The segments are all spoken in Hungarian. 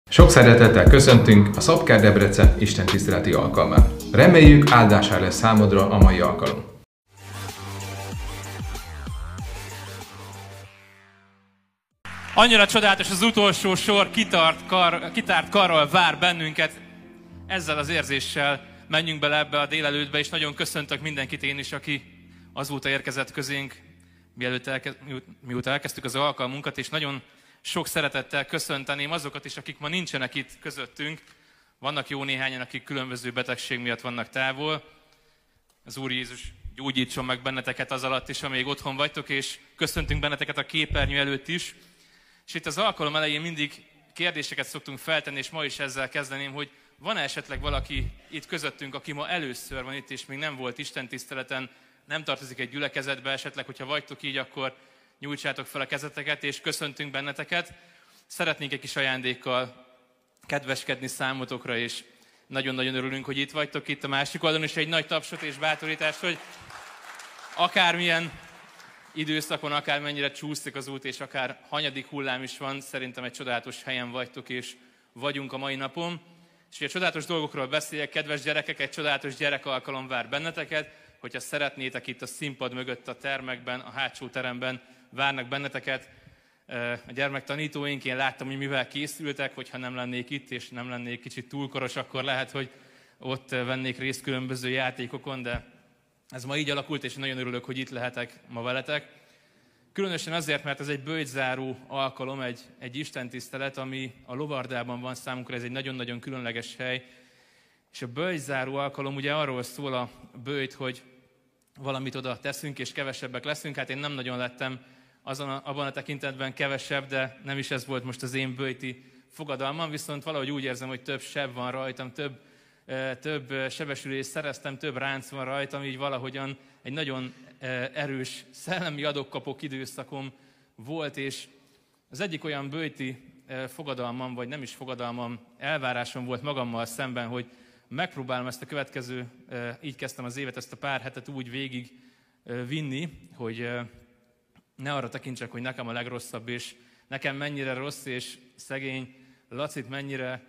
Sok szeretettel köszöntünk a Szabkár Debrecen istentiszteleti alkalmán. Reméljük áldásá lesz számodra a mai alkalom. Annyira csodálatos, az utolsó sor kitárt karral vár bennünket. Ezzel az érzéssel menjünk bele ebbe a délelőttbe, és nagyon köszöntök mindenkit én is, aki azóta érkezett közénk, mióta elkezdtük az alkalmunkat, és nagyon sok szeretettel köszönteném azokat is, akik ma nincsenek itt közöttünk. Vannak jó néhányan, akik különböző betegség miatt vannak távol. Az Úr Jézus gyógyítson meg benneteket az alatt is, amíg otthon vagytok, és köszöntünk benneteket a képernyő előtt is. És itt az alkalom elején mindig kérdéseket szoktunk feltenni, és ma is ezzel kezdeném, hogy van-e esetleg valaki itt közöttünk, aki ma először van itt, és még nem volt istentiszteleten, nem tartozik egy gyülekezetbe, esetleg, hogyha vagytok így, akkor nyújtsátok fel a kezeteket, és köszöntünk benneteket. Szeretnénk egy kis ajándékkal kedveskedni számotokra, és nagyon-nagyon örülünk, hogy itt vagytok. Itt a másik oldalon is egy nagy tapsot és bátorítást, hogy akármilyen időszakon, akármennyire csúszik az út, és akár hanyadik hullám is van, szerintem egy csodálatos helyen vagytok, és vagyunk a mai napon. És hogy a csodálatos dolgokról beszéljek, kedves gyerekek, egy csodálatos gyerekalkalom vár benneteket, hogyha szeretnétek, itt a színpad mögött a termekben, a hátsó teremben várnak benneteket. A gyermektanítóink, én láttam, hogy mivel készültek, hogyha nem lennék itt, és nem lennék kicsit túlkoros, akkor lehet, hogy ott vennék részt különböző játékokon, de ez ma így alakult, és nagyon örülök, hogy itt lehetek ma veletek. Különösen azért, mert ez egy böjtszáró alkalom, egy istentisztelet, ami a Lovardában van számunkra, ez egy nagyon-nagyon különleges hely. És a böjtszáró alkalom ugye arról szól a böjt, hogy valamit oda teszünk, és kevesebbek leszünk. Hát én nem nagyon lettem abban a tekintetben kevesebb, de nem is ez volt most az én böjti fogadalmam, viszont valahogy úgy érzem, hogy több seb van rajtam, több sebesülést szereztem, több ránc van rajtam, így valahogyan egy nagyon erős szellemi adok-kapok időszakom volt, és az egyik olyan böjti fogadalmam, vagy nem is fogadalmam, elvárásom volt magammal szemben, hogy megpróbálom ezt a következő, így kezdtem az évet, ezt a pár hetet úgy végig vinni, hogy ne arra tekintsek, hogy nekem a legrosszabb, és nekem mennyire rossz, és szegény Lacit mennyire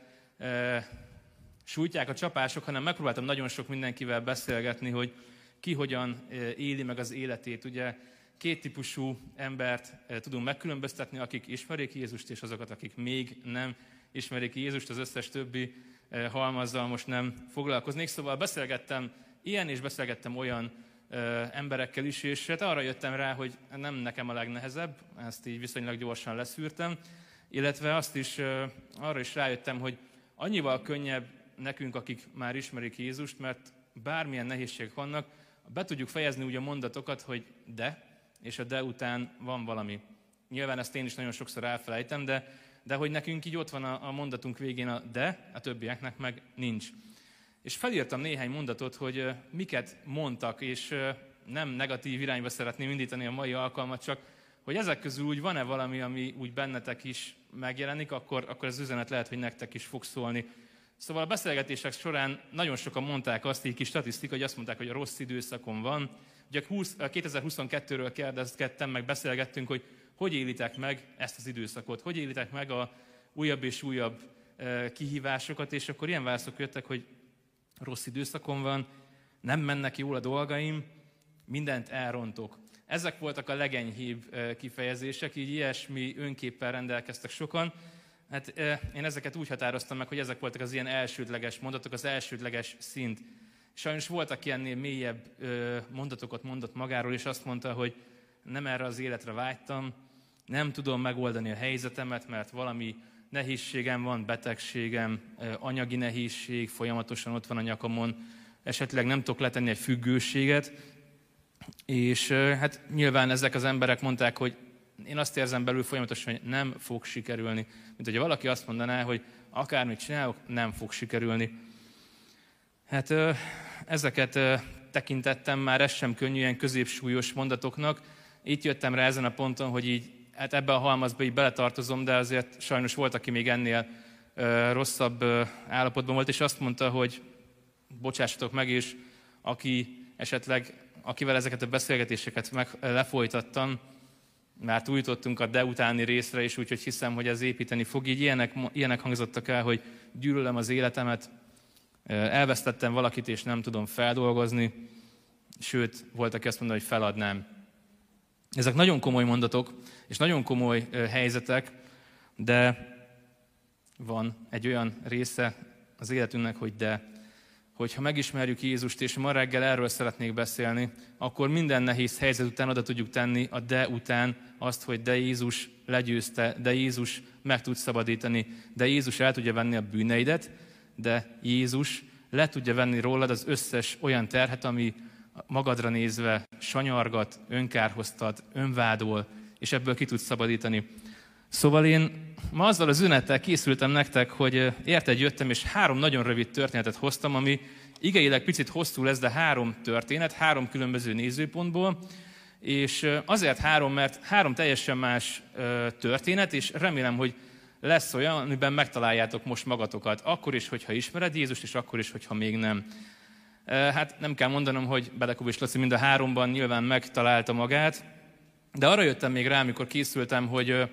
sújtják a csapások, hanem megpróbáltam nagyon sok mindenkivel beszélgetni, hogy ki hogyan éli meg az életét. Ugye két típusú embert tudunk megkülönböztetni, akik ismerik Jézust, és azokat, akik még nem ismerik Jézust, az összes többi halmazzal most nem foglalkoznék. Szóval beszélgettem ilyen, és beszélgettem olyan emberekkel is, és hát arra jöttem rá, hogy nem nekem a legnehezebb, ezt így viszonylag gyorsan leszűrtem, illetve arra is rájöttem, hogy annyival könnyebb nekünk, akik már ismerik Jézust, mert bármilyen nehézségek vannak, be tudjuk fejezni úgy a mondatokat, hogy de, és a de után van valami. Nyilván ezt én is nagyon sokszor elfelejtem, de hogy nekünk így ott van a mondatunk végén a de, a többieknek meg nincs. És felírtam néhány mondatot, hogy miket mondtak, és nem negatív irányba szeretném indítani a mai alkalmat, csak hogy ezek közül úgy van-e valami, ami úgy bennetek is megjelenik, akkor az üzenet lehet, hogy nektek is fog szólni. Szóval a beszélgetések során nagyon sokan mondták azt, így kis statisztika, hogy azt mondták, hogy a rossz időszakon van. Ugye 2022-ről kérdezgettem, meg beszélgettünk, hogy élitek meg ezt az időszakot, hogy élitek meg a újabb és újabb kihívásokat, és akkor ilyen válaszok jöttek, hogy rossz időszakon van, nem mennek jól a dolgaim, mindent elrontok. Ezek voltak a legenyhébb kifejezések, így ilyesmi önképpel rendelkeztek sokan. Hát én ezeket úgy határoztam meg, hogy ezek voltak az ilyen elsődleges mondatok, az elsődleges szint. Sajnos volt, aki ennél mélyebb mondatokat mondott magáról, és azt mondta, hogy nem erre az életre vágytam, nem tudom megoldani a helyzetemet, mert valami nehézségem van, betegségem, anyagi nehézség, folyamatosan ott van a nyakamon, esetleg nem tudok letenni egy függőséget. És hát nyilván ezek az emberek mondták, hogy én azt érzem belül folyamatosan, hogy nem fog sikerülni. Mint hogyha valaki azt mondaná, hogy akármit csinálok, nem fog sikerülni. Hát ezeket tekintettem már, ez sem könnyű, ilyen középsúlyos mondatoknak. Itt jöttem rá ezen a ponton, hogy így, hát ebbe a halmazba így beletartozom, de azért sajnos volt, aki még ennél rosszabb állapotban volt, és azt mondta, hogy bocsássatok meg, és akivel ezeket a beszélgetéseket lefolytattam, Már túljutottunk a de utáni részre is, úgyhogy hiszem, hogy ez építeni fog. Így ilyenek hangzottak el, hogy gyűlölöm az életemet, elvesztettem valakit, és nem tudom feldolgozni, sőt, volt, aki azt mondta, hogy feladnám. Ezek nagyon komoly mondatok, és nagyon komoly helyzetek, de van egy olyan része az életünknek, hogy hogyha megismerjük Jézust, és ma reggel erről szeretnék beszélni, akkor minden nehéz helyzet után oda tudjuk tenni a de után azt, hogy de Jézus legyőzte, de Jézus meg tud szabadítani, de Jézus el tudja venni a bűneidet, de Jézus le tudja venni rólad az összes olyan terhet, ami magadra nézve sanyargat, önkárhoztat, önvádol, és ebből ki tudsz szabadítani. Szóval én ma azzal az üzenettel készültem nektek, hogy érted jöttem, és 3 nagyon rövid történetet hoztam, ami igeileg picit hosszú lesz, de 3 történet, 3 különböző nézőpontból, és azért 3, mert 3 teljesen más történet, és remélem, hogy lesz olyan, amiben megtaláljátok most magatokat, akkor is, hogyha ismered Jézust, és akkor is, hogyha még nem. Hát nem kell mondanom, hogy Belekovics Laci mind a 3-ban nyilván megtalálta magát, de arra jöttem még rá, amikor készültem,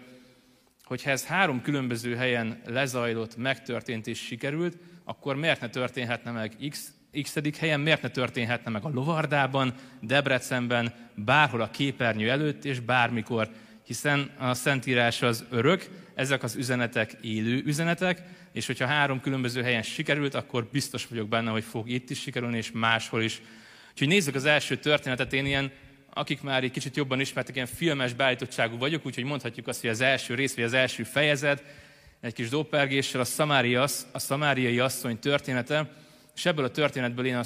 hogyha ez 3 különböző helyen lezajlott, megtörtént és sikerült, akkor miért ne történhetne meg x-edik helyen, miért ne történhetne meg a Lovardában, Debrecenben, bárhol a képernyő előtt és bármikor, hiszen a Szentírás az örök, ezek az üzenetek élő üzenetek, és hogyha 3 különböző helyen sikerült, akkor biztos vagyok benne, hogy fog itt is sikerülni, és máshol is. Úgyhogy nézzük az első történetet, én ilyen, akik már egy kicsit jobban ismertek, ilyen filmes beállítottságú vagyok, úgyhogy mondhatjuk azt, hogy az első rész, vagy az első fejezet, egy kis doppergéssel a szamáriai asszony története, és ebből a történetből én a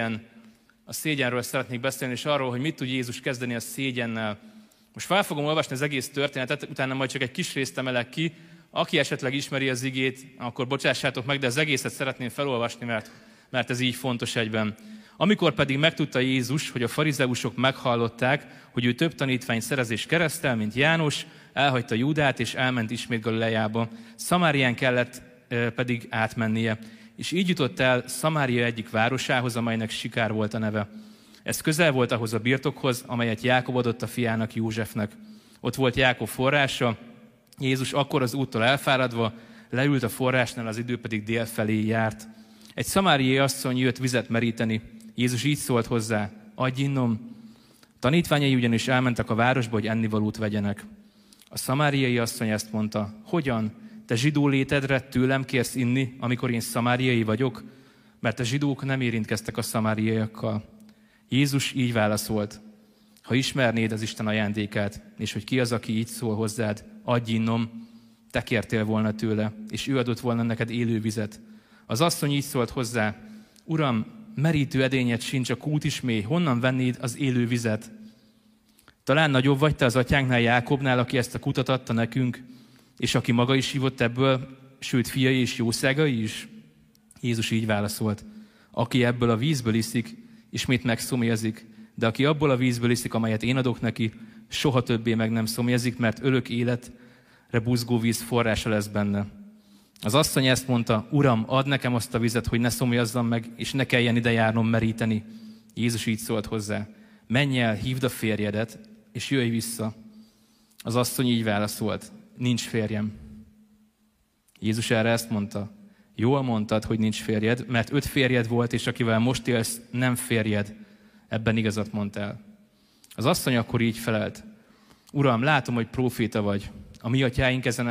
szégyenről szeretnék beszélni, és arról, hogy mit tud Jézus kezdeni a szégyennel. Most fel fogom olvasni az egész történetet, utána majd csak egy kis részt emelek ki. Aki esetleg ismeri az igét, akkor bocsássátok meg, de az egészet szeretném felolvasni, mert ez így fontos egyben. Amikor pedig megtudta Jézus, hogy a farizeusok meghallották, hogy ő több tanítványt szerez és keresztel, mint János, elhagyta Júdát és elment ismét Galileába. Szamárián kellett pedig átmennie. És így jutott el Szamária egyik városához, amelynek Sikár volt a neve. Ez közel volt ahhoz a birtokhoz, amelyet Jákob adott a fiának, Józsefnek. Ott volt Jákob forrása, Jézus akkor az úttól elfáradva leült a forrásnál, az idő pedig dél felé járt. Egy szamáriai asszony jött vizet meríteni. Jézus így szólt hozzá, adj innom. Tanítványai ugyanis elmentek a városba, hogy ennivalót vegyenek. A szamáriai asszony ezt mondta, hogyan? Te zsidó létedre tőlem kérsz inni, amikor én szamáriai vagyok? Mert a zsidók nem érintkeztek a szamáriaiakkal. Jézus így válaszolt, ha ismernéd az Isten ajándékát, és hogy ki az, aki így szól hozzád, adj innom, te kértél volna tőle, és ő adott volna neked élő vizet. Az asszony így szólt hozzá, Uram, merítő edényed sincs, a kút is mély, honnan vennéd az élő vizet? Talán nagyobb vagy te az atyánknál, Jákobnál, aki ezt a kutat adta nekünk, és aki maga is hívott ebből, sőt fiai és jószágai is? Jézus így válaszolt, aki ebből a vízből iszik, ismét megszomjazik, de aki abból a vízből iszik, amelyet én adok neki, soha többé meg nem szomjazik, mert örök életre buzgó víz forrása lesz benne. Az asszony ezt mondta, Uram, add nekem azt a vizet, hogy ne szomjazzam meg, és ne kelljen ide járnom meríteni. Jézus így szólt hozzá, menj el, hívd a férjedet, és jöjj vissza. Az asszony így válaszolt, nincs férjem. Jézus erre ezt mondta, jól mondtad, hogy nincs férjed, mert 5 férjed volt, és akivel most élsz, nem férjed. Ebben igazat mondtál. Az asszony akkor így felelt, Uram, látom, hogy próféta vagy. A mi atyáink ezen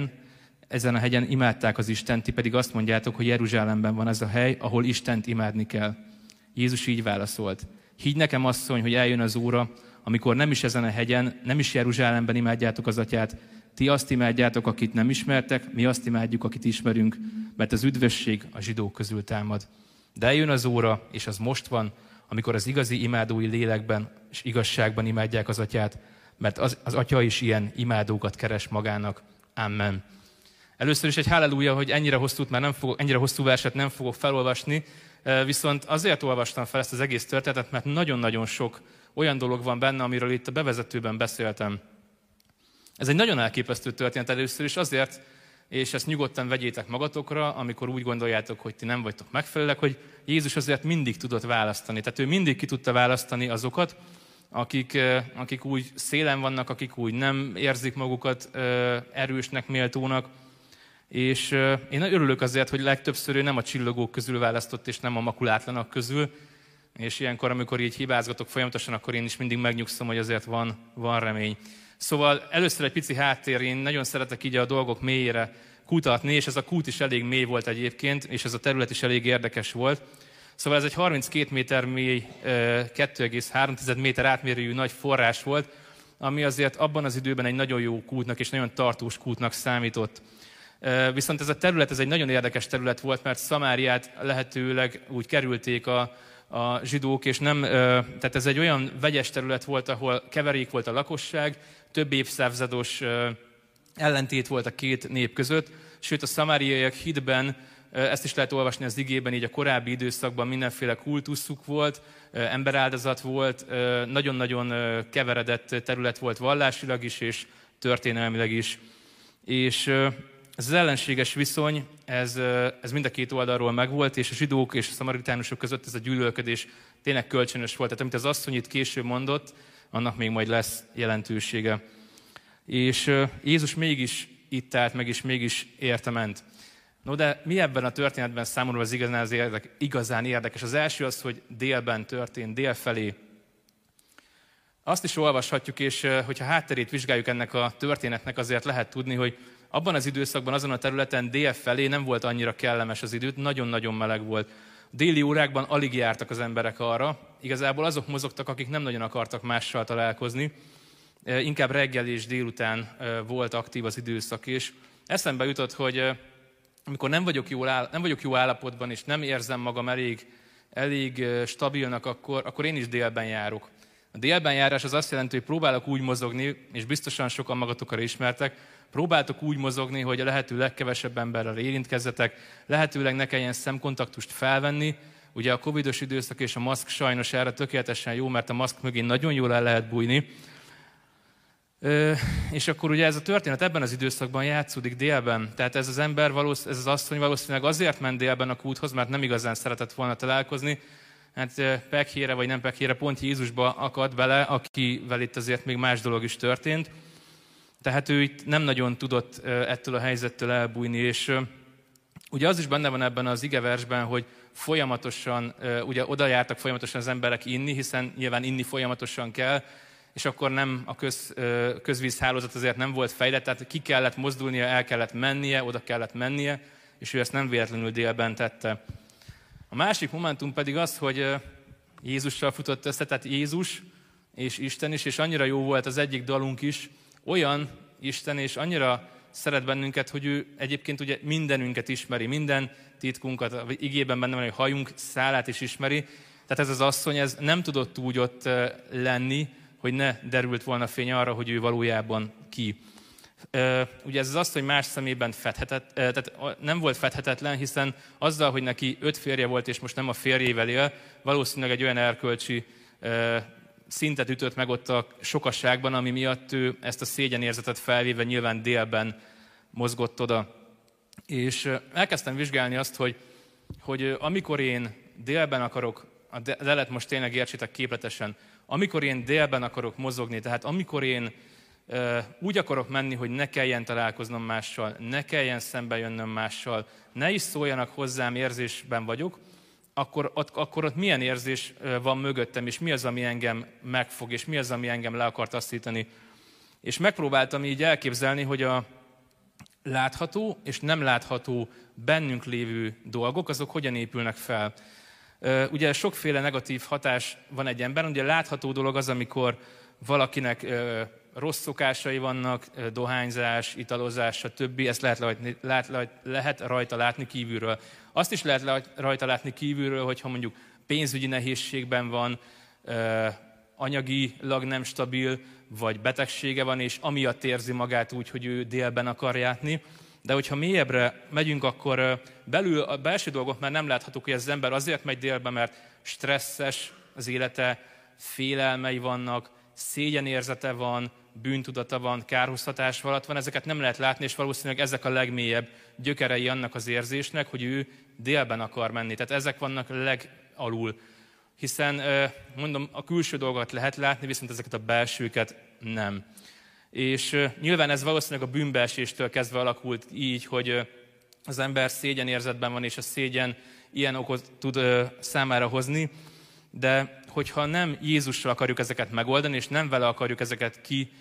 a hegyen imádták az Istent, ti pedig azt mondjátok, hogy Jeruzsálemben van ez a hely, ahol Istent imádni kell. Jézus így válaszolt. Higgy nekem, asszony, hogy eljön az óra, amikor nem is ezen a hegyen, nem is Jeruzsálemben imádjátok az atyát, ti azt imádjátok, akit nem ismertek, mi azt imádjuk, akit ismerünk, mert az üdvösség a zsidók közül támad. De eljön az óra, és az most van, amikor az igazi imádói lélekben és igazságban imádják az atyát, mert az atya is ilyen imádókat keres magának. Amen. Először is egy halleluja, hogy ennyire hosszú verset nem fogok felolvasni, viszont azért olvastam fel ezt az egész történetet, mert nagyon-nagyon sok olyan dolog van benne, amiről itt a bevezetőben beszéltem. Ez egy nagyon elképesztő történet először is azért, és ezt nyugodtan vegyétek magatokra, amikor úgy gondoljátok, hogy ti nem vagytok megfelelőek, hogy Jézus azért mindig tudott választani. Tehát ő mindig ki tudta választani azokat, akik úgy szélen vannak, akik úgy nem érzik magukat erősnek, méltónak. És én örülök azért, hogy legtöbbször ő nem a csillogók közül választott, és nem a makulátlanak közül. És ilyenkor, amikor így hibázgatok folyamatosan, akkor én is mindig megnyugszom, hogy azért van remény. Szóval először egy pici háttér, én nagyon szeretek így a dolgok mélyére kutatni, és ez a kút is elég mély volt egyébként, és ez a terület is elég érdekes volt. Szóval ez egy 32 méter mély, 2,3 méter átmérőjű nagy forrás volt, ami azért abban az időben egy nagyon jó kútnak és nagyon tartós kútnak számított. Viszont ez a terület, ez egy nagyon érdekes terület volt, mert Szamáriát lehetőleg úgy kerülték a zsidók, és tehát ez egy olyan vegyes terület volt, ahol keverék volt a lakosság, több évszázados ellentét volt a két nép között, sőt a szamáriaiak hitben, ezt is lehet olvasni az igében, így a korábbi időszakban mindenféle kultuszuk volt, emberáldozat volt, nagyon-nagyon keveredett terület volt vallásilag is, és történelmileg is. És ez az ellenséges viszony, ez mind a két oldalról megvolt, és a zsidók és a szamaritánusok között ez a gyűlölködés tényleg kölcsönös volt. Tehát amit az asszony itt később mondott, annak még majd lesz jelentősége. És Jézus mégis itt állt meg, és mégis érte ment. No, de mi ebben a történetben számomra az igazán érdekes? Az első az, hogy délben történt, dél felé. Azt is olvashatjuk, és hogyha hátterét vizsgáljuk ennek a történetnek, azért lehet tudni, hogy abban az időszakban, azon a területen dél felé nem volt annyira kellemes az idő, nagyon-nagyon meleg volt. Déli órákban alig jártak az emberek arra, igazából azok mozogtak, akik nem nagyon akartak mással találkozni, inkább reggel és délután volt aktív az időszak, és eszembe jutott, hogy amikor nem vagyok jó állapotban, és nem érzem magam elég stabilnak, akkor én is délben járok. A délben járás az azt jelenti, hogy próbálok úgy mozogni, és biztosan sokan magatokra ismertek, próbáltok úgy mozogni, hogy a lehető legkevesebb emberrel érintkezzetek, lehetőleg ne kelljen szemkontaktust felvenni. Ugye a covidos időszak és a maszk sajnos erre tökéletesen jó, mert a maszk mögé nagyon jól el lehet bújni. És akkor ugye ez a történet ebben az időszakban játszódik délben. Tehát ez az ember, ez az asszony valószínűleg azért ment délben a kúthoz, mert nem igazán szeretett volna találkozni. Hát pekhére vagy nem pekhére pont Jézusba akad bele, akivel itt azért még más dolog is történt. Tehát ő itt nem nagyon tudott ettől a helyzettől elbújni, és ugye az is benne van ebben az igeversben, hogy folyamatosan, ugye oda jártak folyamatosan az emberek inni, hiszen nyilván inni folyamatosan kell, és akkor nem a közvízhálózat azért nem volt fejlett, tehát ki kellett mozdulnia, el kellett mennie, oda kellett mennie, és ő ezt nem véletlenül délben tette. A másik momentum pedig az, hogy Jézussal futott össze, tehát Jézus és Isten is, és annyira jó volt az egyik dalunk is, olyan Isten, és annyira szeret bennünket, hogy ő egyébként ugye mindenünket ismeri, minden titkunkat, a igében benne van, hogy hajunk szálát is ismeri. Tehát ez az asszony, ez nem tudott úgy ott lenni, hogy ne derült volna fény arra, hogy ő valójában ki. Ugye ez az asszony más szemében tehát nem volt fedhetetlen, hiszen azzal, hogy neki 5 férje volt, és most nem a férjével él, valószínűleg egy olyan erkölcsi szintet ütött meg ott a sokasságban, ami miatt ő ezt a szégyenérzetet felvéve nyilván délben mozgott oda. És elkezdtem vizsgálni azt, hogy amikor én délben akarok, a delet most tényleg értsétek képletesen, amikor én délben akarok mozogni, tehát amikor én úgy akarok menni, hogy ne kelljen találkoznom mással, ne kelljen szembe jönnöm mással, ne is szóljanak hozzám, érzésben vagyok, akkor ott milyen érzés van mögöttem, és mi az, ami engem megfog, és mi az, ami engem le akar taszítani. És megpróbáltam így elképzelni, hogy a látható és nem látható bennünk lévő dolgok, azok hogyan épülnek fel. Ugye sokféle negatív hatás van egy emberen, ugye látható dolog az, amikor valakinek rossz szokásai vannak, dohányzás, italozás, stb. Ezt lehet rajta látni kívülről. Azt is lehet rajta látni kívülről, hogyha mondjuk pénzügyi nehézségben van, anyagilag nem stabil, vagy betegsége van, és amiatt érzi magát úgy, hogy ő délben akar járni. De hogyha mélyebbre megyünk, akkor belül a belső dolgok már nem láthatók, hogy az ember azért megy délbe, mert stresszes az élete, félelmei vannak, szégyenérzete van, bűntudata van, kárhoztatás alatt van, ezeket nem lehet látni, és valószínűleg ezek a legmélyebb gyökerei annak az érzésnek, hogy ő délben akar menni. Tehát ezek vannak legalul. Hiszen, mondom, a külső dolgokat lehet látni, viszont ezeket a belsőket nem. És nyilván ez valószínűleg a bűnbeeséstől kezdve alakult így, hogy az ember szégyenérzetben van, és a szégyen ilyen okot tud számára hozni, de hogyha nem Jézussal akarjuk ezeket megoldani, és nem vele akarjuk ezeket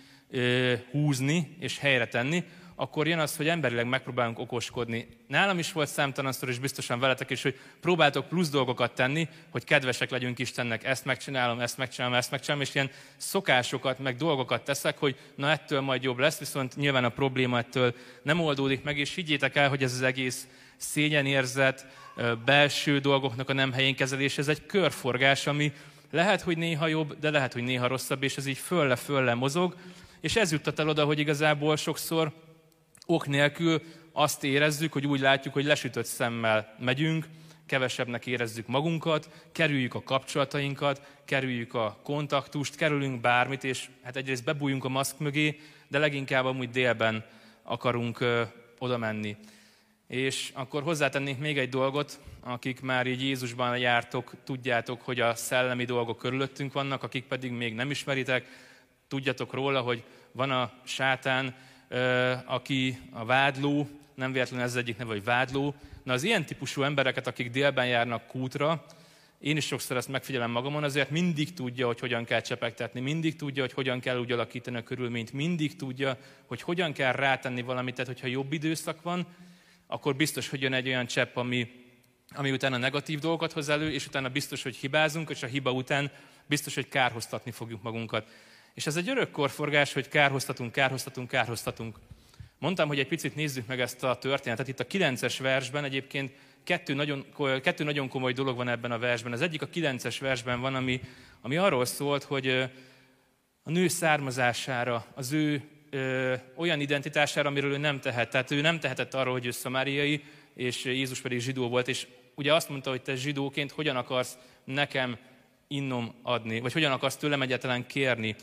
kihúzni és helyre tenni, akkor jön az, hogy emberileg megpróbálunk okoskodni. Nálam is volt számtalanszor, és biztosan veletek is, hogy próbáltok plusz dolgokat tenni, hogy kedvesek legyünk Istennek, ezt megcsinálom, és ilyen szokásokat, meg dolgokat teszek, hogy na ettől majd jobb lesz, viszont nyilván a probléma ettől nem oldódik meg, és higgyétek el, hogy ez az egész szégyenérzet, belső dolgoknak a nem helyén kezelés, ez egy körforgás, ami lehet, hogy néha jobb, de lehet, hogy néha rosszabb, és ez így fölle mozog, és ez juttat el oda, hogy igazából sokszor ok nélkül azt érezzük, hogy úgy látjuk, hogy lesütött szemmel megyünk, kevesebbnek érezzük magunkat, kerüljük a kapcsolatainkat, kerüljük a kontaktust, kerülünk bármit, és hát egyrészt bebújjunk a maszk mögé, de leginkább amúgy délben akarunk oda menni. És akkor hozzátennénk még egy dolgot, akik már így Jézusban jártok, tudjátok, hogy a szellemi dolgok körülöttünk vannak, akik pedig még nem ismeritek, tudjatok róla, hogy van a sátán, aki a vádló, nem véletlenül ez az egyik neve, hogy vádló. Na az ilyen típusú embereket, akik délben járnak kútra, én is sokszor ezt megfigyelem magamon, azért mindig tudja, hogy hogyan kell csepegtetni, mindig tudja, hogy hogyan kell úgy alakítani a körülményt, mindig tudja, hogy hogyan kell rátenni valamit, tehát hogyha jobb időszak van, akkor biztos, hogy jön egy olyan csepp, ami utána negatív dolgokat hoz elő, és utána biztos, hogy hibázunk, és a hiba után biztos, hogy kárhoztatni fogjuk magunkat. És ez egy örök korforgás, hogy kárhoztatunk. Mondtam, hogy egy picit nézzük meg ezt a történetet. Itt a 9-es versben egyébként kettő nagyon komoly dolog van ebben a versben. Az egyik a 9-es versben van, ami arról szólt, hogy a nő származására, az ő olyan identitására, amiről ő nem tehet. Tehát ő nem tehetett arról, hogy ő szamáriai, és Jézus pedig zsidó volt. És ugye azt mondta, hogy te zsidóként hogyan akarsz nekem innom adni, vagy hogyan akarsz tőlem egyáltalán kérni.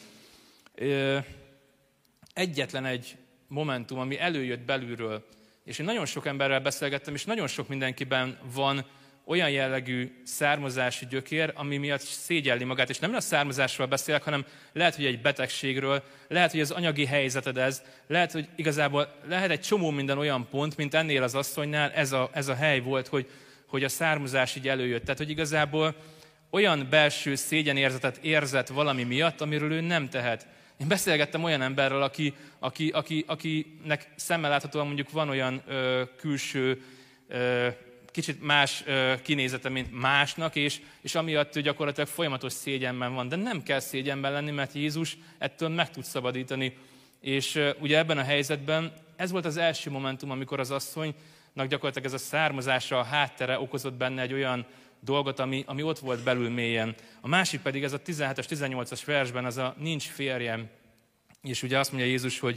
Egyetlen egy momentum, ami előjött belülről, és én nagyon sok emberrel beszélgettem, és nagyon sok mindenkiben van olyan jellegű származási gyökér, ami miatt szégyelli magát, és nem a származásról beszélek, hanem lehet, hogy egy betegségről, lehet, hogy az anyagi helyzeted ez, lehet, hogy igazából lehet egy csomó minden olyan pont, mint ennél az asszonynál ez a hely volt, hogy a származás így előjött. Tehát, hogy igazából olyan belső szégyenérzetet érzett valami miatt, amiről ő nem tehet. Én beszélgettem olyan emberrel, akinek szemmel láthatóan mondjuk van olyan külső, kicsit más kinézete, mint másnak, és amiatt ő gyakorlatilag folyamatos szégyenben van. De nem kell szégyenben lenni, mert Jézus ettől meg tud szabadítani. És ugye ebben a helyzetben ez volt az első momentum, amikor az asszonynak gyakorlatilag ez a származása, a háttere okozott benne egy olyan dolgot, ami ott volt belül mélyen. A másik pedig ez a 17-es, 18-as versben, az a nincs férjem. És ugye azt mondja Jézus, hogy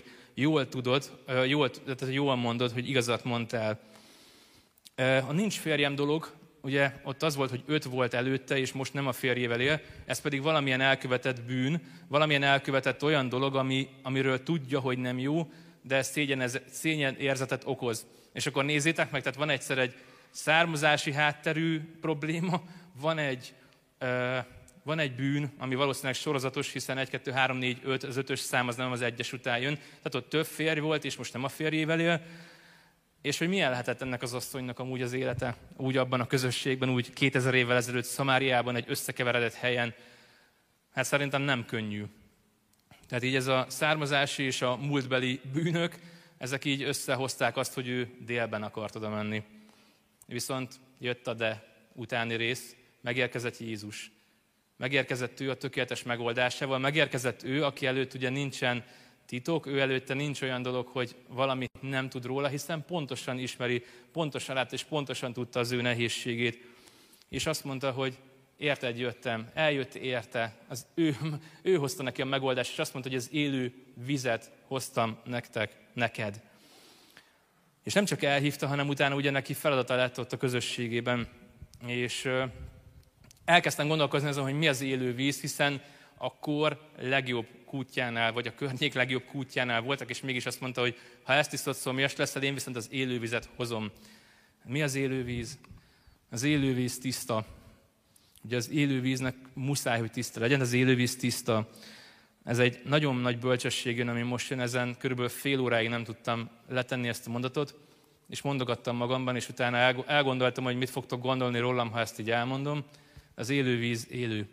jól mondod, hogy igazat mondtál. A nincs férjem dolog, ugye ott az volt, hogy 5 volt előtte, és most nem a férjével él, ez pedig valamilyen elkövetett bűn, valamilyen elkövetett olyan dolog, amiről tudja, hogy nem jó, de szégyen érzetet okoz. És akkor nézzétek meg, tehát van egyszer egy származási hátterű probléma, van egy bűn, ami valószínűleg sorozatos, hiszen 1, 2, 3, 4, 5, az 5-ös szám az nem az 1-es után jön. Tehát ott több férj volt, és most nem a férjével él. És hogy milyen lehetett ennek az asszonynak amúgy az élete, úgy abban a közösségben, úgy 2000 évvel ezelőtt Szamáriában, egy összekeveredett helyen. Hát szerintem nem könnyű. Tehát így ez a származási és a múltbeli bűnök, ezek így összehozták azt, hogy ő délben akart oda menni. Viszont jött a de utáni rész, megérkezett Jézus. Megérkezett ő a tökéletes megoldásával, megérkezett ő, aki előtt ugye nincsen titok, ő előtte nincs olyan dolog, hogy valamit nem tud róla, hiszen pontosan ismeri, pontosan lát és pontosan tudta az ő nehézségét. És azt mondta, hogy érted jöttem, eljött érte, ő hozta neki a megoldást, és azt mondta, hogy az élő vizet hoztam neked. És nem csak elhívta, hanem utána ugye neki feladata lett ott a közösségében. És elkezdtem gondolkozni azon, hogy mi az élő víz, hiszen a kor legjobb kútjánál, vagy a környék legjobb kútjánál voltak, és mégis azt mondta, hogy ha ezt iszod, szomjas leszel, én viszont az élővizet hozom. Mi az élővíz? Az élővíz tiszta. Ugye az élő víznek muszáj, hogy tiszta legyen, az élő víz tiszta. Ez egy nagyon nagy bölcsesség jön, ami most jön, ezen körülbelül fél óráig nem tudtam letenni ezt a mondatot, és mondogattam magamban, és utána elgondoltam, hogy mit fogtok gondolni rólam, ha ezt így elmondom. Az élő víz élő.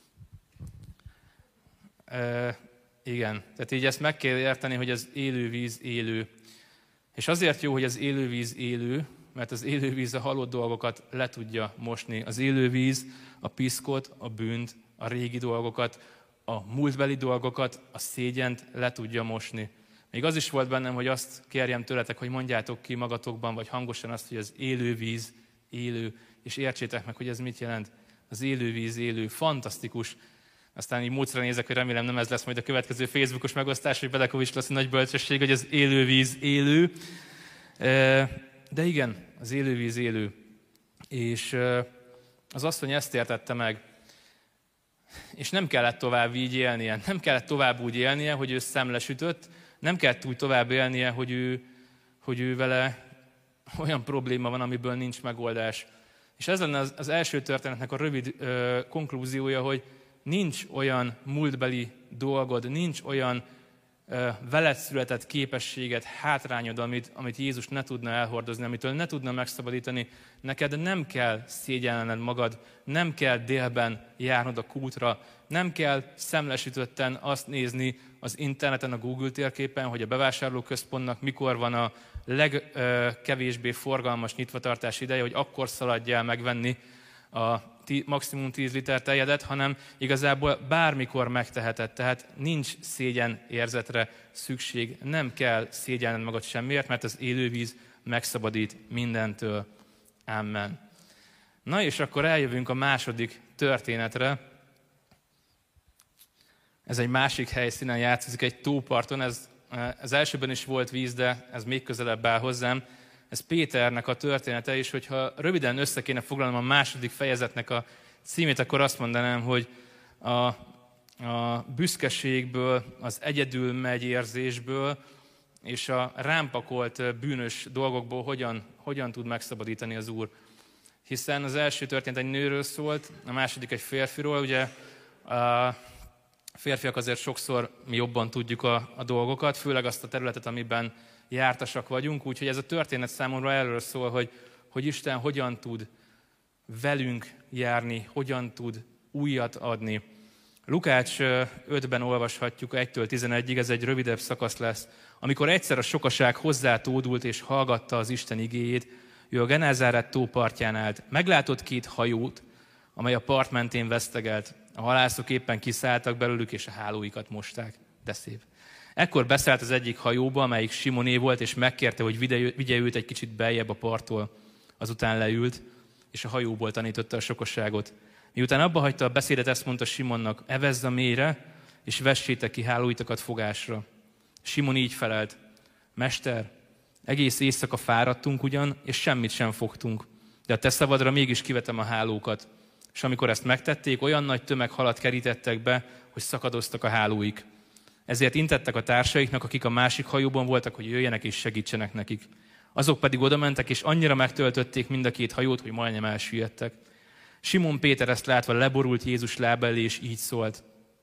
Igen, tehát így ezt meg kell érteni, hogy az élő víz élő. És azért jó, hogy az élő víz élő, mert az élő víz a halott dolgokat le tudja mosni. Az élő víz a piszkot, a bűnt, a régi dolgokat, a múltbeli dolgokat, a szégyent le tudja mosni. Még az is volt bennem, hogy azt kérjem tőletek, hogy mondjátok ki magatokban, vagy hangosan azt, hogy az élő víz élő, és értsétek meg, hogy ez mit jelent. Az élő víz élő, fantasztikus. Aztán így módszerre nézek, hogy remélem nem ez lesz majd a következő Facebookos megosztás, hogy Belekovics lesz a nagy bölcsesség, hogy az élő víz élő. De igen, az élő víz élő. És az asszony ezt értette meg. És nem kellett tovább így élnie. Nem kellett tovább úgy élnie, hogy ő szemlesütött. Nem kellett úgy tovább élnie, hogy ő vele olyan probléma van, amiből nincs megoldás. És ez lenne az első történetnek a rövid konklúziója, hogy nincs olyan múltbeli dolgod, nincs olyan veled született képességed, hátrányod, amit Jézus ne tudna elhordozni, amitől ne tudna megszabadítani. Neked nem kell szégyelned magad, nem kell délben járnod a kútra, nem kell szemlesütötten azt nézni az interneten, a Google térképen, hogy a bevásárlóközpontnak mikor van a legkevésbé forgalmas nyitvatartás ideje, hogy akkor szaladjál megvenni a maximum 10 liter tejedet, hanem igazából bármikor megteheted. Tehát nincs szégyen érzetre szükség, nem kell szégyelned magad semmiért, mert az élővíz megszabadít mindentől. Amen. Na és akkor eljövünk a második történetre. Ez egy másik helyszínen játszik, egy tóparton. Az elsőben is volt víz, de ez még közelebb áll hozzám. Ez Péternek a története, és hogyha röviden össze kéne foglalnom a második fejezetnek a címét, akkor azt mondanám, hogy a büszkeségből, az egyedül megy érzésből, és a rámpakolt bűnös dolgokból hogyan tud megszabadítani az Úr. Hiszen az első történet egy nőről szólt, a második egy férfiról. Ugye a férfiak azért sokszor mi jobban tudjuk a dolgokat, főleg azt a területet, amiben jártasak vagyunk, úgyhogy ez a történet számomra erről szól, hogy Isten hogyan tud velünk járni, hogyan tud újat adni. Lukács 5-ben olvashatjuk 1-től 11-ig, ez egy rövidebb szakasz lesz. Amikor egyszer a sokaság hozzátódult és hallgatta az Isten igéjét, ő a Genázáret tó partján állt. Meglátott 2 hajót, amely a part mentén vesztegelt. A halászok éppen kiszálltak belőlük, és a hálóikat mosták. De szép. Ekkor beszállt az egyik hajóba, amelyik Simoné volt, és megkérte, hogy vigye őt egy kicsit beljebb a parttól. Azután leült, és a hajóból tanította a sokaságot. Miután abba hagyta a beszédet, ezt mondta Simonnak: evezz a mélyre, és vessétek ki hálóitokat fogásra. Simon így felelt: Mester, egész éjszaka fáradtunk ugyan, és semmit sem fogtunk, de a te szavadra mégis kivetem a hálókat. És amikor ezt megtették, olyan nagy tömeg halat kerítettek be, hogy szakadoztak a hálóik. Ezért intettek a társaiknak, akik a másik hajóban voltak, hogy jöjjenek és segítsenek nekik. Azok pedig odamentek, és annyira megtöltötték mind a 2 hajót, hogy majdnem elsüllyedtek. Simon Péter ezt látva leborult Jézus lába elé, és így szólt: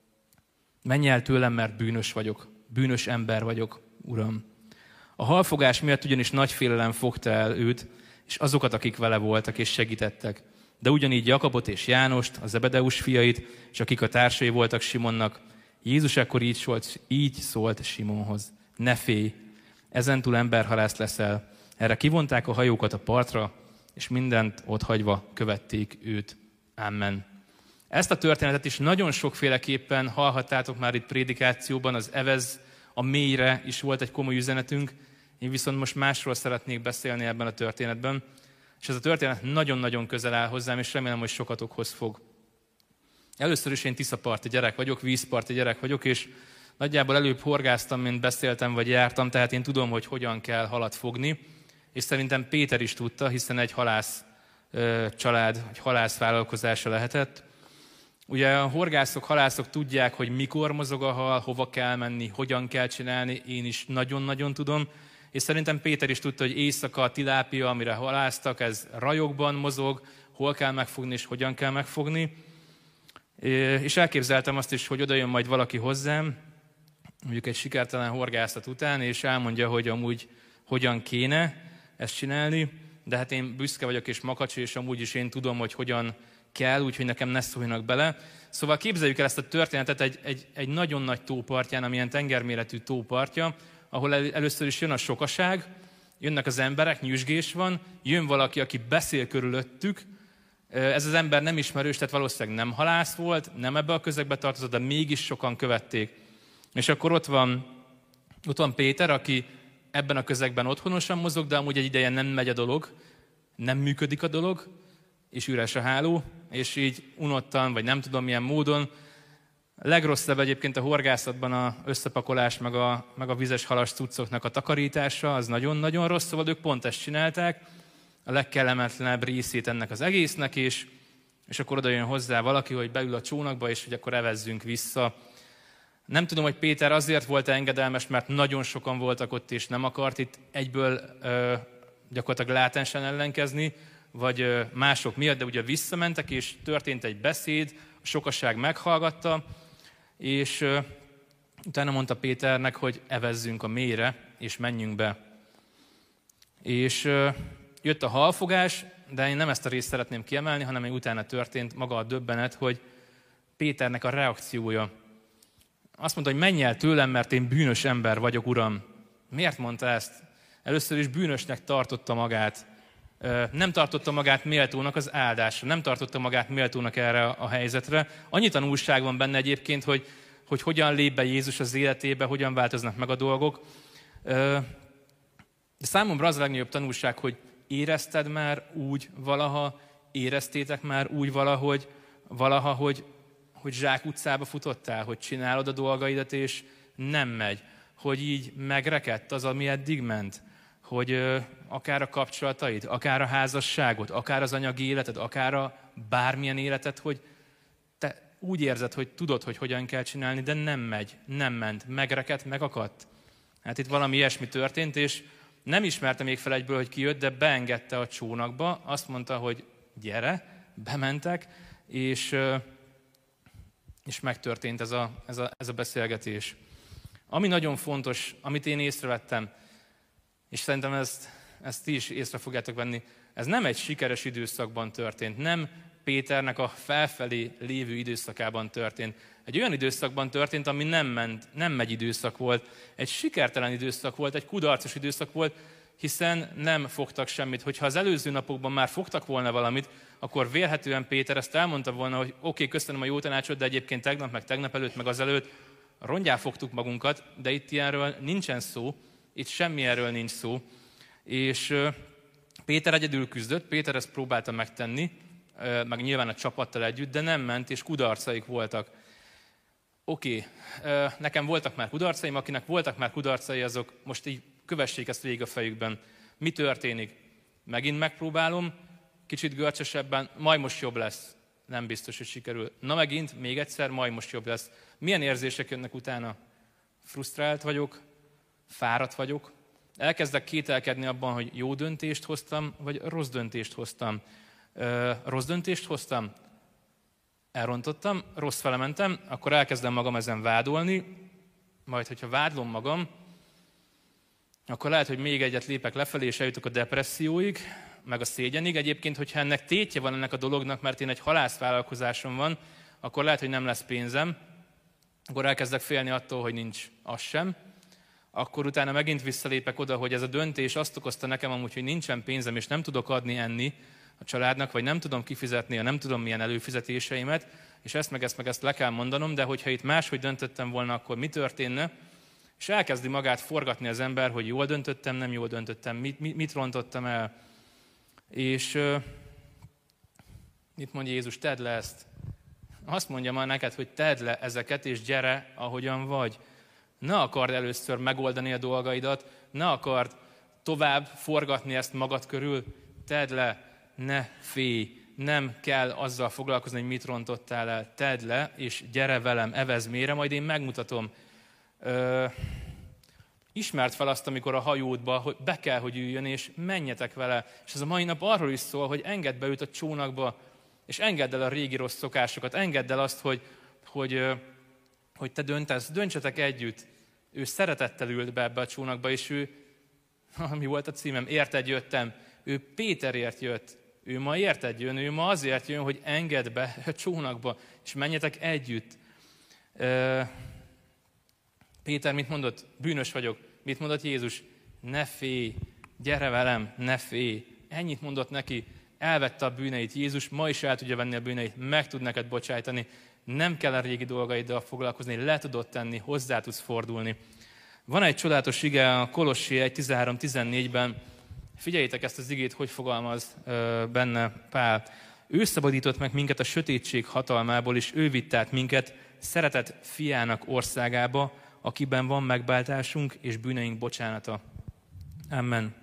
menj el tőlem, mert bűnös vagyok, bűnös ember vagyok, Uram. A halfogás miatt ugyanis nagy félelem fogta el őt, és azokat, akik vele voltak és segítettek. De ugyanígy Jakabot és Jánost, a Zebedeus fiait, és akik a társai voltak Simonnak. Jézus ekkor így szólt Simonhoz: ne félj, ezentúl emberhalász leszel. Erre kivonták a hajókat a partra, és mindent otthagyva követték őt. Amen. Ezt a történetet is nagyon sokféleképpen hallhattátok már itt prédikációban, az evez a mélyre is volt egy komoly üzenetünk. Én viszont most másról szeretnék beszélni ebben a történetben. És ez a történet nagyon-nagyon közel áll hozzám, és remélem, hogy sokatokhoz fog. Először is én tiszaparti gyerek vagyok, vízparti gyerek vagyok, és nagyjából előbb horgáztam, mint beszéltem, vagy jártam, tehát én tudom, hogy hogyan kell halat fogni, és szerintem Péter is tudta, hiszen egy halász család, egy halász vállalkozása lehetett. Ugye a horgászok, halászok tudják, hogy mikor mozog a hal, hova kell menni, hogyan kell csinálni, én is nagyon-nagyon tudom, És szerintem Péter is tudta, hogy éjszaka a tilápia, amire halásztak, ez rajokban mozog, hol kell megfogni és hogyan kell megfogni. És elképzeltem azt is, hogy oda jön majd valaki hozzám, mondjuk egy sikertelen horgászat után, és elmondja, hogy amúgy hogyan kéne ezt csinálni, de hát én büszke vagyok és makacs, és amúgy is én tudom, hogy hogyan kell, úgyhogy nekem ne szóljanak bele. Szóval képzeljük el ezt a történetet egy nagyon nagy tópartján, amilyen tengerméretű tópartja, ahol először is jön a sokaság, jönnek az emberek, nyüzsgés van, jön valaki, aki beszél körülöttük. Ez az ember nem ismerős, tehát valószínűleg nem halász volt, nem ebbe a közegbe tartozott, de mégis sokan követték. És akkor ott van Péter, aki ebben a közegben otthonosan mozog, de amúgy egy ideje nem megy a dolog, nem működik a dolog, és üres a háló, és így unottan, vagy nem tudom milyen módon. A legrosszabb egyébként a horgászatban a összepakolás, meg a vizes halas cuccoknak a takarítása, az nagyon-nagyon rossz, szóval ők pont ezt csinálták, a legkellemetlenebb részét ennek az egésznek, és akkor oda jön hozzá valaki, hogy beül a csónakba, és hogy akkor evezzünk vissza. Nem tudom, hogy Péter azért volt engedelmes, mert nagyon sokan voltak ott, és nem akart itt egyből gyakorlatilag látensen ellenkezni, vagy mások miatt, de ugye visszamentek, és történt egy beszéd, a sokaság meghallgatta, és utána mondta Péternek, hogy evezzünk a mélyre, és menjünk be. És jött a halfogás, de én nem ezt a részt szeretném kiemelni, hanem utána történt maga a döbbenet, hogy Péternek a reakciója. Azt mondta, hogy menj el tőlem, mert én bűnös ember vagyok, Uram. Miért mondta ezt? Először is bűnösnek tartotta magát. Nem tartotta magát méltónak az áldásra, nem tartotta magát méltónak erre a helyzetre. Annyi tanulság van benne egyébként, hogy hogyan lép be Jézus az életébe, hogyan változnak meg a dolgok. De számomra az a legnagyobb tanulság, hogy érezted már úgy valaha, éreztétek már úgy valaha, hogy zsákutcába futottál, hogy csinálod a dolgaidat, és nem megy, hogy így megrekedt az, ami eddig ment, hogy akár a kapcsolataid, akár a házasságod, akár az anyagi életed, akár a bármilyen életed, hogy te úgy érzed, hogy tudod, hogy hogyan kell csinálni, de nem megy, nem ment, megrekedt, megakadt. Hát itt valami ilyesmi történt, és nem ismerte még fel egyből, hogy ki jött, de beengedte a csónakba, azt mondta, hogy gyere, bementek, és megtörtént ez a beszélgetés. Ami nagyon fontos, amit én észrevettem, és szerintem ezt ti is észre fogjátok venni, ez nem egy sikeres időszakban történt, nem Péternek a felfelé lévő időszakában történt. Egy olyan időszakban történt, ami nem megy időszak volt, egy sikertelen időszak volt, egy kudarcos időszak volt, hiszen nem fogtak semmit. Hogyha az előző napokban már fogtak volna valamit, akkor vélhetően Péter ezt elmondta volna, hogy oké, köszönöm a jó tanácsot, de egyébként tegnap, meg tegnap előtt, meg azelőtt rongyá fogtuk magunkat, de itt ilyenről nincsen szó, itt semmi erről nincs szó. És Péter egyedül küzdött, Péter ezt próbálta megtenni, meg nyilván a csapattal együtt, de nem ment, és kudarcaik voltak. Oké, nekem voltak már kudarcaim, akinek voltak már kudarcai, azok most így kövessék ezt végig a fejükben. Mi történik? Megint megpróbálom, kicsit görcsösebben, majd most jobb lesz. Nem biztos, hogy sikerül. Na megint, még egyszer, majd most jobb lesz. Milyen érzések jönnek utána? Frusztrált vagyok, fáradt vagyok, elkezdek kételkedni abban, hogy jó döntést hoztam, vagy rossz döntést hoztam. Rossz döntést hoztam, elrontottam, rossz fele mentem, akkor elkezdem magam ezen vádolni, majd, hogyha vádlom magam, akkor lehet, hogy még egyet lépek lefelé, és eljutok a depresszióig, meg a szégyenig. Egyébként, hogyha ennek tétje van ennek a dolognak, mert én egy halászvállalkozásom van, akkor lehet, hogy nem lesz pénzem, akkor elkezdek félni attól, hogy nincs az sem. Akkor utána megint visszalépek oda, hogy ez a döntés azt okozta nekem amúgy, hogy nincsen pénzem, és nem tudok adni enni a családnak, vagy nem tudom kifizetni, nem tudom milyen előfizetéseimet, és ezt le kell mondanom, de hogyha itt máshogy döntöttem volna, akkor mi történne? És elkezdi magát forgatni az ember, hogy jól döntöttem, nem jól döntöttem, mit rontottam el. És mit mondja Jézus? Tedd le ezt. Azt mondja már neked, hogy tedd le ezeket, és gyere, ahogyan vagy. Ne akard először megoldani a dolgaidat, ne akard tovább forgatni ezt magad körül, tedd le, ne félj, nem kell azzal foglalkozni, hogy mit rontottál el, tedd le, és gyere velem, evezd mélyre, majd én megmutatom. Ismert fel azt, amikor a hajódba, hogy be kell, hogy üljön, és menjetek vele. És ez a mai nap arról is szól, hogy engedd be őt a csónakba, és engedd el a régi rossz szokásokat, engedd el azt, hogy te döntsetek együtt. Ő szeretettel ült be ebbe a csónakba, és ő, mi volt a címem, érted jöttem. Ő Péterért jött. Ő ma érted jön, ő ma azért jön, hogy engedd be a csónakba, és menjetek együtt. Péter mit mondott? Bűnös vagyok. Mit mondott Jézus? Ne félj, gyere velem, ne félj. Ennyit mondott neki, elvette a bűneit. Jézus ma is el tudja venni a bűneit, meg tud neked bocsájtani. Nem kell a régi dolgaiddal foglalkozni, le tudod tenni, hozzá tudsz fordulni. Van egy csodálatos ige a Kolossi 1.13-14-ben, figyeljétek ezt az igét, hogy fogalmaz benne Pál. Ő szabadított meg minket a sötétség hatalmából, és ő vitt át minket szeretett fiának országába, akiben van megbáltásunk és bűneink bocsánata. Amen.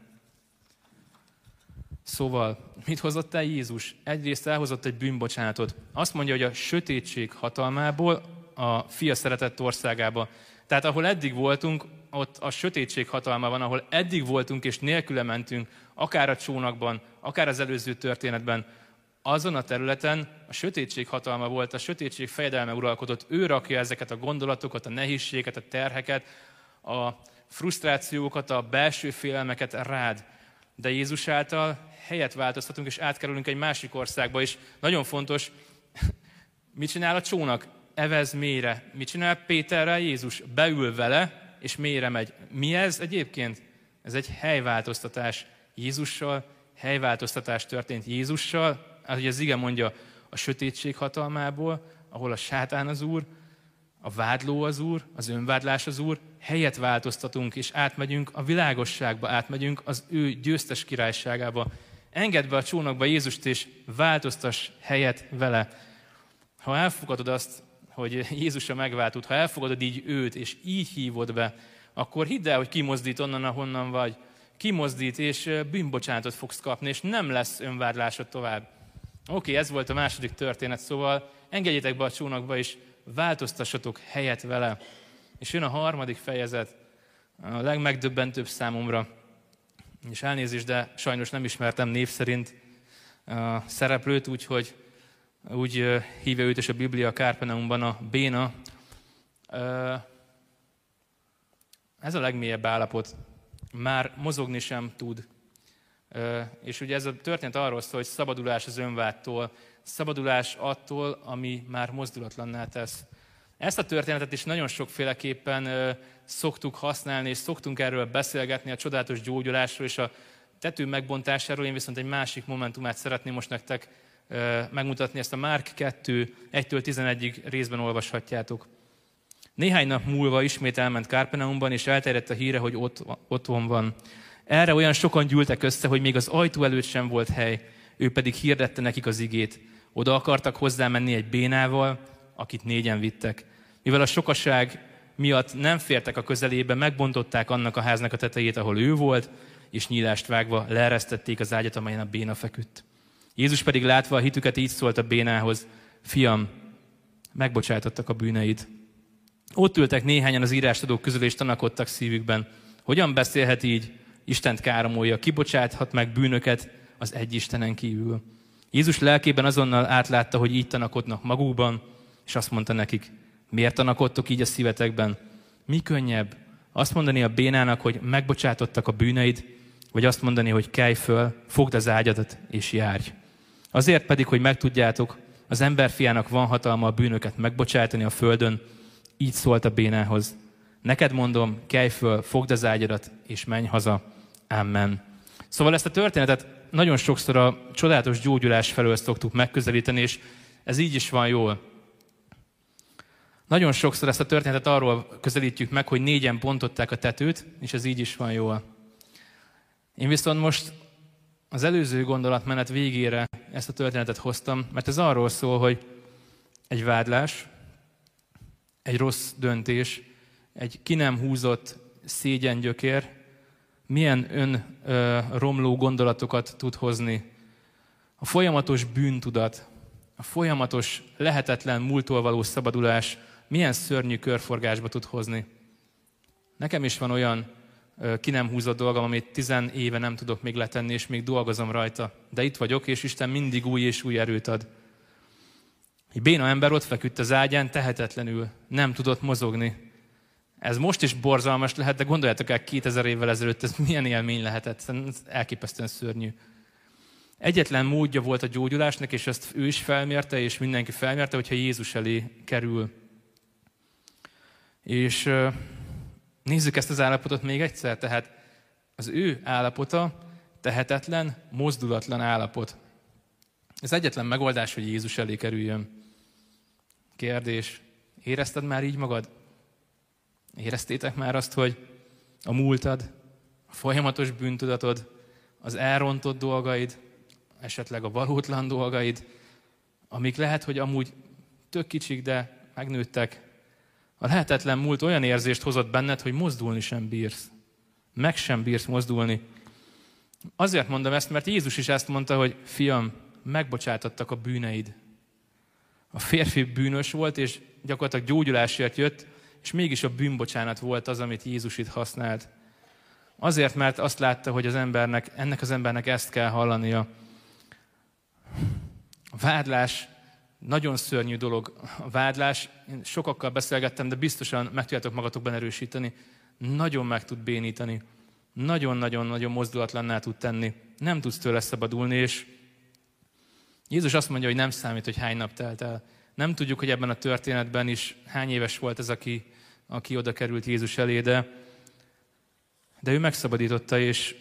Szóval, mit hozott el Jézus? Egyrészt elhozott egy bűnbocsánatot. Azt mondja, hogy a sötétség hatalmából a fia szeretett országába. Tehát ahol eddig voltunk, ott a sötétség hatalma van, ahol eddig voltunk és nélküle mentünk, akár a csónakban, akár az előző történetben, azon a területen a sötétség hatalma volt, a sötétség fejedelme uralkodott. Ő rakja ezeket a gondolatokat, a nehézségeket, a terheket, a frusztrációkat, a belső félelmeket rád. De Jézus által helyet változtatunk, és átkerülünk egy másik országba is. Nagyon fontos, mit csinál a csónak? Evez mélyre. Mit csinál Péterrel Jézus? Beül vele, és mélyre megy. Mi ez egyébként? Ez egy helyváltoztatás Jézussal, helyváltoztatás történt Jézussal, ahogy az ige mondja, a sötétség hatalmából, ahol a sátán az úr, a vádló az úr, az önvádlás az úr, helyet változtatunk, és átmegyünk a világosságba, átmegyünk az ő győztes királyságába. Engedd be a csónakba Jézust, és változtass helyet vele. Ha elfogadod azt, hogy Jézusra megváltott, ha elfogadod így őt, és így hívod be, akkor hidd el, hogy kimozdít onnan, ahonnan vagy. Kimozdít, és bűnbocsánatot fogsz kapni, és nem lesz önvádlásod tovább. Oké, ez volt a második történet, szóval engedjétek be a csónakba, és változtassatok helyet vele. És jön a harmadik fejezet, a legmegdöbbentőbb számomra. És elnézést, de sajnos nem ismertem név szerint a szereplőt, úgyhogy úgy hívja őt is a Biblia Kárpeneumban a béna. Ez a legmélyebb állapot. Már mozogni sem tud. És ugye ez a történet arról szól, hogy szabadulás az önvádtól, szabadulás attól, ami már mozdulatlanná tesz. Ezt a történetet is nagyon sokféleképpen szoktuk használni, és szoktunk erről beszélgetni, a csodálatos gyógyulásról és a tető megbontásáról. Én viszont egy másik momentumát szeretném most nektek megmutatni. Ezt a Márk 2, 1-től 11-ig részben olvashatjátok. Néhány nap múlva ismét elment Kárpeneumban, és elterjedt a híre, hogy otthon van. Erre olyan sokan gyűltek össze, hogy még az ajtó előtt sem volt hely. Ő pedig hirdette nekik az igét. Oda akartak hozzá menni egy bénával, akit 4-en vittek. Mivel a sokaság miatt nem fértek a közelébe, megbontották annak a háznak a tetejét, ahol ő volt, és nyílást vágva leeresztették az ágyat, amelyen a béna feküdt. Jézus pedig látva a hitüket így szólt a bénához: Fiam, megbocsájtottak a bűneid. Ott ültek néhányan az írástudók közül, és tanakodtak szívükben. Hogyan beszélhet így? Istent káromolja, kibocsáthat meg bűnöket az egy Istenen kívül. Jézus lelkében azonnal átlátta, hogy így tanakodnak magukban, és azt mondta nekik: miért tanakodtok így a szívetekben? Mi könnyebb? Azt mondani a bénának, hogy megbocsátottak a bűneid, vagy azt mondani, hogy kelj föl, fogd az ágyadat és járj. Azért pedig, hogy megtudjátok, az emberfiának van hatalma a bűnöket megbocsátani a földön, így szólt a bénához: neked mondom, kelj föl, fogd az ágyadat és menj haza. Amen. Szóval ezt a történetet nagyon sokszor a csodálatos gyógyulás felől szoktuk megközelíteni, és ez így is van jól. Nagyon sokszor ezt a történetet arról közelítjük meg, hogy 4-en bontották a tetőt, és ez így is van jól. Én viszont most az előző gondolatmenet végére ezt a történetet hoztam, mert ez arról szól, hogy egy vádlás, egy rossz döntés, egy ki nem húzott szégyengyökér milyen önromló gondolatokat tud hozni. A folyamatos bűntudat, a folyamatos lehetetlen múlttól való szabadulás milyen szörnyű körforgásba tud hozni. Nekem is van olyan ki nem húzott dolgom, amit 10 éve nem tudok még letenni, és még dolgozom rajta. De itt vagyok, és Isten mindig új és új erőt ad. Egy béna ember ott feküdt az ágyán, tehetetlenül, nem tudott mozogni. Ez most is borzalmas lehet, de gondoljátok el, 2000 évvel ezelőtt ez milyen élmény lehetett, ez elképesztően szörnyű. Egyetlen módja volt a gyógyulásnak, és ezt ő is felmérte, és mindenki felmérte, hogyha Jézus elé kerül. És nézzük ezt az állapotot még egyszer, tehát az ő állapota tehetetlen, mozdulatlan állapot. Ez egyetlen megoldás, hogy Jézus elé kerüljön. Kérdés, érezted már így magad? Éreztétek már azt, hogy a múltad, a folyamatos bűntudatod, az elrontott dolgaid, esetleg a valótlan dolgaid, amik lehet, hogy amúgy tök kicsik, de megnőttek. A lehetetlen múlt olyan érzést hozott benned, hogy mozdulni sem bírsz. Meg sem bírsz mozdulni. Azért mondom ezt, mert Jézus is ezt mondta, hogy fiam, megbocsátottak a bűneid. A férfi bűnös volt, és gyakorlatilag gyógyulásért jött, és mégis a bűnbocsánat volt az, amit Jézus itt használt. Azért, mert azt látta, hogy ennek az embernek ezt kell hallania. A vádlás nagyon szörnyű dolog. A vádlás, én sokakkal beszélgettem, de biztosan meg tudjátok magatokban erősíteni. Nagyon meg tud bénítani. Nagyon-nagyon-nagyon mozdulatlanná tud tenni. Nem tudsz tőle szabadulni, és Jézus azt mondja, hogy nem számít, hogy hány nap telt el. Nem tudjuk, hogy ebben a történetben is hány éves volt ez, aki oda került Jézus elé, de ő megszabadította, és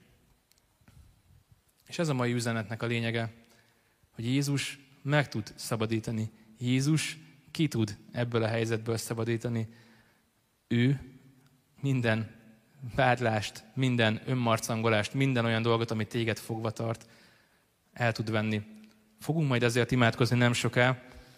ez a mai üzenetnek a lényege, hogy Jézus meg tud szabadítani. Jézus ki tud ebből a helyzetből szabadítani. Ő minden vádlást, minden önmarcangolást, minden olyan dolgot, ami téged fogva tart, el tud venni. Fogunk majd ezért imádkozni nem soká.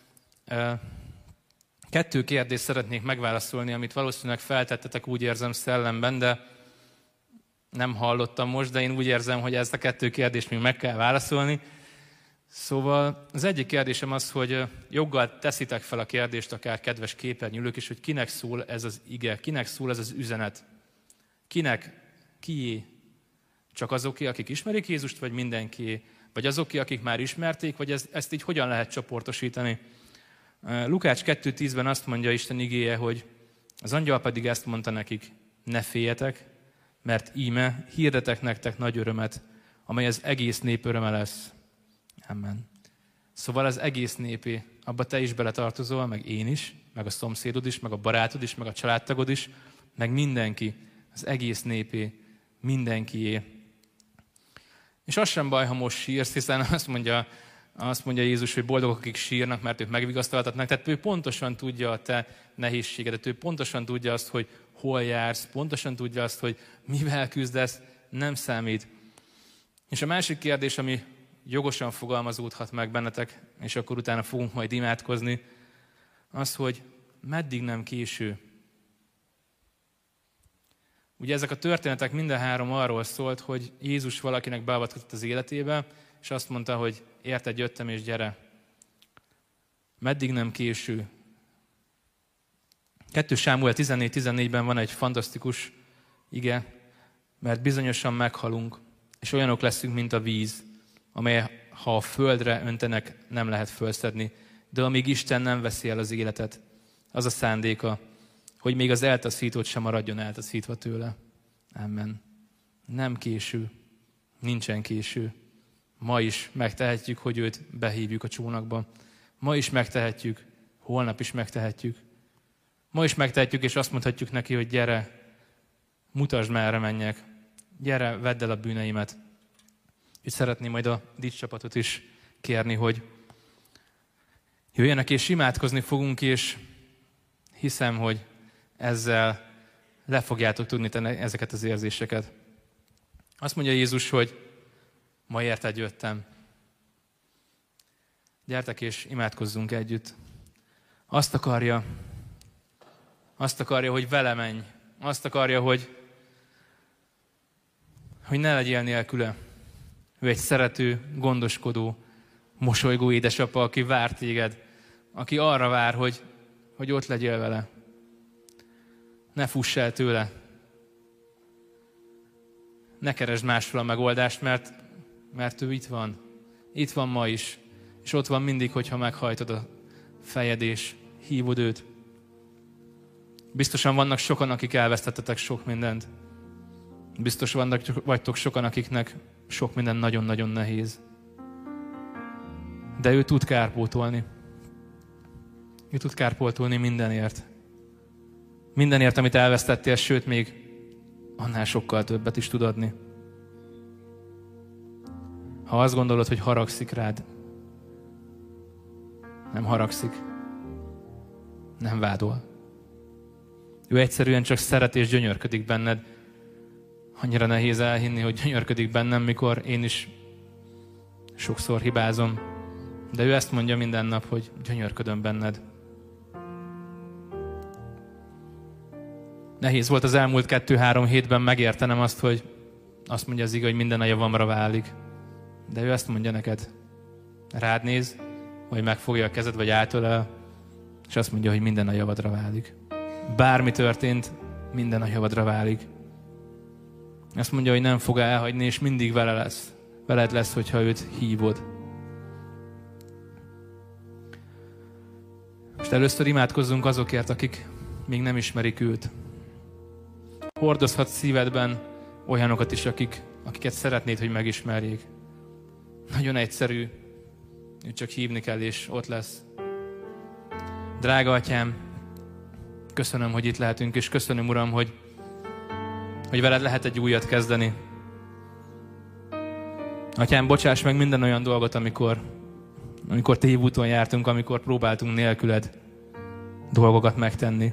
2 kérdést szeretnék megválaszolni, amit valószínűleg feltettetek, úgy érzem, szellemben, de nem hallottam most, de én úgy érzem, hogy ezt a 2 kérdést még meg kell válaszolni. Szóval az egyik kérdésem az, hogy joggal teszitek fel a kérdést, akár kedves képernyőlők is, hogy kinek szól ez az ige, kinek szól ez az üzenet. Kié? Csak azoké, akik ismerik Jézust, vagy mindenkié? Vagy azoké, akik már ismerték, vagy ezt így hogyan lehet csoportosítani? Lukács 2.10-ben azt mondja Isten igéje, hogy az angyal pedig ezt mondta nekik, ne féljetek, mert íme hirdetek nektek nagy örömet, amely az egész nép öröme lesz. Amen. Szóval az egész népé, abba te is beletartozol, meg én is, meg a szomszédod is, meg a barátod is, meg a családtagod is, meg mindenki, az egész népé, mindenkié. És az sem baj, ha most sírsz, hiszen azt mondja Jézus, hogy boldogok, akik sírnak, mert ők megvigasztaltatnak. Tehát ő pontosan tudja a te nehézségedet, ő pontosan tudja azt, hogy hol jársz, pontosan tudja azt, hogy mivel küzdesz, nem számít. És a másik kérdés, ami jogosan fogalmazódhat meg bennetek, és akkor utána fogunk majd imádkozni, az, hogy meddig nem késő. Ugye ezek a történetek minden 3 arról szólt, hogy Jézus valakinek beavatkozott az életébe, és azt mondta, hogy érted, jöttem és gyere. Meddig nem késő. 2 Sámuel 14.14-ben van egy fantasztikus ige, mert bizonyosan meghalunk, és olyanok leszünk, mint a víz, amely, ha a földre öntenek, nem lehet fölszedni. De amíg Isten nem veszi el az életet, az a szándéka, hogy még az eltaszított sem maradjon eltaszítva tőle. Amen. Nem késő. Nincsen késő. Ma is megtehetjük, hogy őt behívjuk a csónakba. Ma is megtehetjük, holnap is megtehetjük. Ma is megtehetjük, és azt mondhatjuk neki, hogy gyere, mutasd, merre menjek. Gyere, vedd el a bűneimet. És szeretném majd a Dics csapatot is kérni, hogy jöjjenek és imádkozni fogunk, és hiszem, hogy ezzel le fogjátok tudni tenni ezeket az érzéseket. Azt mondja Jézus, hogy ma érted jöttem. Gyertek és imádkozzunk együtt. Azt akarja, hogy vele menj. Azt akarja, hogy ne legyél nélküle. Ő egy szerető, gondoskodó, mosolygó édesapa, aki vár téged, aki arra vár, hogy ott legyél vele. Ne fuss el tőle. ne keresd máshol a megoldást, mert ő itt van. Itt van ma is. És ott van mindig, hogyha meghajtod a fejed és hívod őt. Biztosan vannak sokan, akik elvesztettetek sok mindent. Biztos vagytok sokan, akiknek sok minden nagyon-nagyon nehéz. De ő tud kárpótolni. Ő tud kárpótolni mindenért. Mindenért, amit elvesztettél, sőt, még annál sokkal többet is tud adni. Ha azt gondolod, hogy haragszik rád, nem haragszik, nem vádol. Ő egyszerűen csak szeret és gyönyörködik benned. Annyira nehéz elhinni, hogy gyönyörködik bennem, mikor én is sokszor hibázom. De ő ezt mondja minden nap, hogy gyönyörködöm benned. Nehéz volt az elmúlt 2-3 hétben megértenem azt, hogy azt mondja az ige, hogy minden a javamra válik. De ő ezt mondja neked. Rád néz, vagy megfogja a kezed, vagy átölel, és azt mondja, hogy minden a javadra válik. Bármi történt, minden a javadra válik. Azt mondja, hogy nem fog elhagyni, és mindig veled lesz, hogyha őt hívod. Most először imádkozzunk azokért, akik még nem ismerik őt. Hordozhatsz szívedben olyanokat is, akiket szeretnéd, hogy megismerjék. Nagyon egyszerű, őt csak hívni kell, és ott lesz. Drága Atyám, köszönöm, hogy itt lehetünk, és köszönöm, Uram, hogy veled lehet egy újat kezdeni. Atyám, bocsáss meg minden olyan dolgot, amikor tévúton jártunk, amikor próbáltunk nélküled dolgokat megtenni.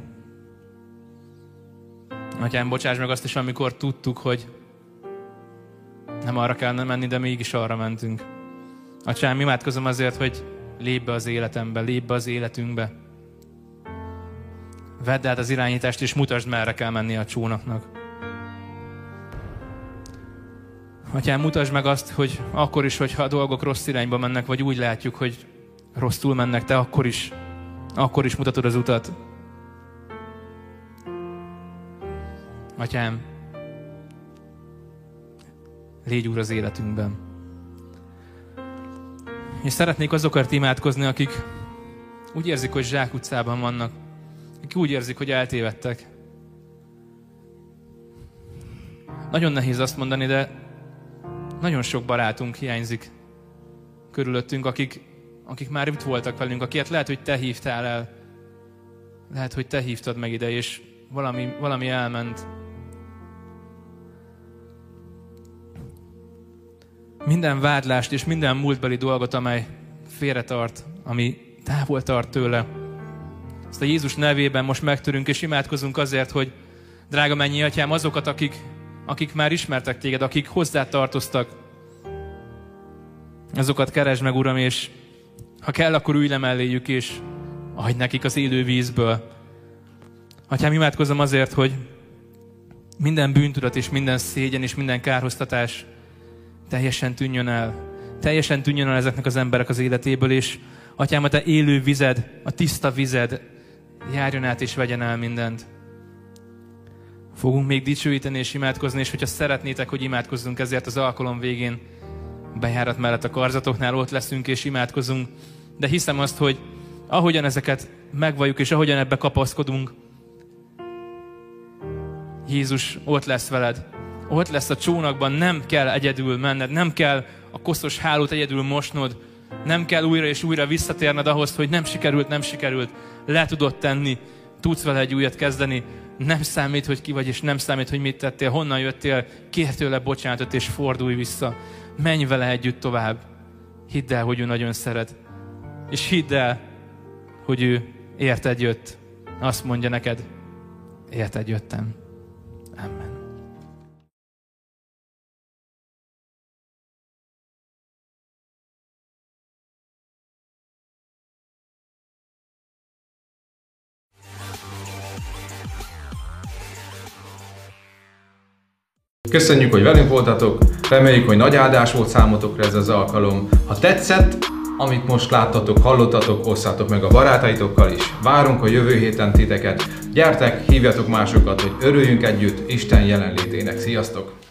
Atyám, bocsáss meg azt is, amikor tudtuk, hogy nem arra kellene menni, de mégis arra mentünk. Atyám, imádkozom azért, hogy lépj be az életembe, lépj be az életünkbe. Vedd át az irányítást, és mutasd, merre kell menni a csónaknak. Atyám, mutasd meg azt, hogy akkor is, hogyha a dolgok rossz irányba mennek, vagy úgy látjuk, hogy rosszul mennek, te akkor is mutatod az utat. Atyám, légy Úr az életünkben. És szeretnék azokért imádkozni, akik úgy érzik, hogy zsákutcában vannak, akik úgy érzik, hogy eltévedtek. Nagyon nehéz azt mondani, de nagyon sok barátunk hiányzik körülöttünk, akik már itt voltak velünk, akiket lehet, hogy te hívtál el, lehet, hogy te hívtad meg ide, és valami elment. Minden vádlást és minden múltbeli dolgot, amely félretart, ami távol tart tőle, ezt a Jézus nevében most megtörünk és imádkozunk azért, hogy drága mennyi Atyám, azokat, akik már ismertek téged, akik hozzá tartoztak, azokat keresd meg, Uram, és ha kell, akkor ülj le melléjük, és adj nekik az élő vízből. Atyám, imádkozom azért, hogy minden bűntudat és minden szégyen és minden kárhoztatás teljesen tűnjön el. Teljesen tűnjön el ezeknek az emberek az életéből, és Atyám, a te élő vized, a tiszta vized járjon át és vegyen el mindent. Fogunk még dicsőíteni és imádkozni, és hogyha szeretnétek, hogy imádkozzunk ezért az alkalom végén, bejárat mellett a karzatoknál ott leszünk és imádkozunk, de hiszem azt, hogy ahogyan ezeket megvalljuk, és ahogyan ebbe kapaszkodunk, Jézus ott lesz veled. Ott lesz a csónakban, nem kell egyedül menned, nem kell a koszos hálót egyedül mosnod, nem kell újra és újra visszatérned ahhoz, hogy nem sikerült, le tudod tenni, tudsz vele egy újat kezdeni, nem számít, hogy ki vagy, és nem számít, hogy mit tettél, honnan jöttél, kérj tőle bocsánatot, és fordulj vissza. Menj vele együtt tovább. Hidd el, hogy ő nagyon szeret. És hidd el, hogy ő érted jött. Azt mondja neked, érted jöttem. Amen. Köszönjük, hogy velünk voltatok, reméljük, hogy nagy áldás volt számotokra ez az alkalom. Ha tetszett, amit most láttatok, hallottatok, osszátok meg a barátaitokkal is. Várunk a jövő héten titeket. Gyertek, hívjatok másokat, hogy örüljünk együtt Isten jelenlétének. Sziasztok!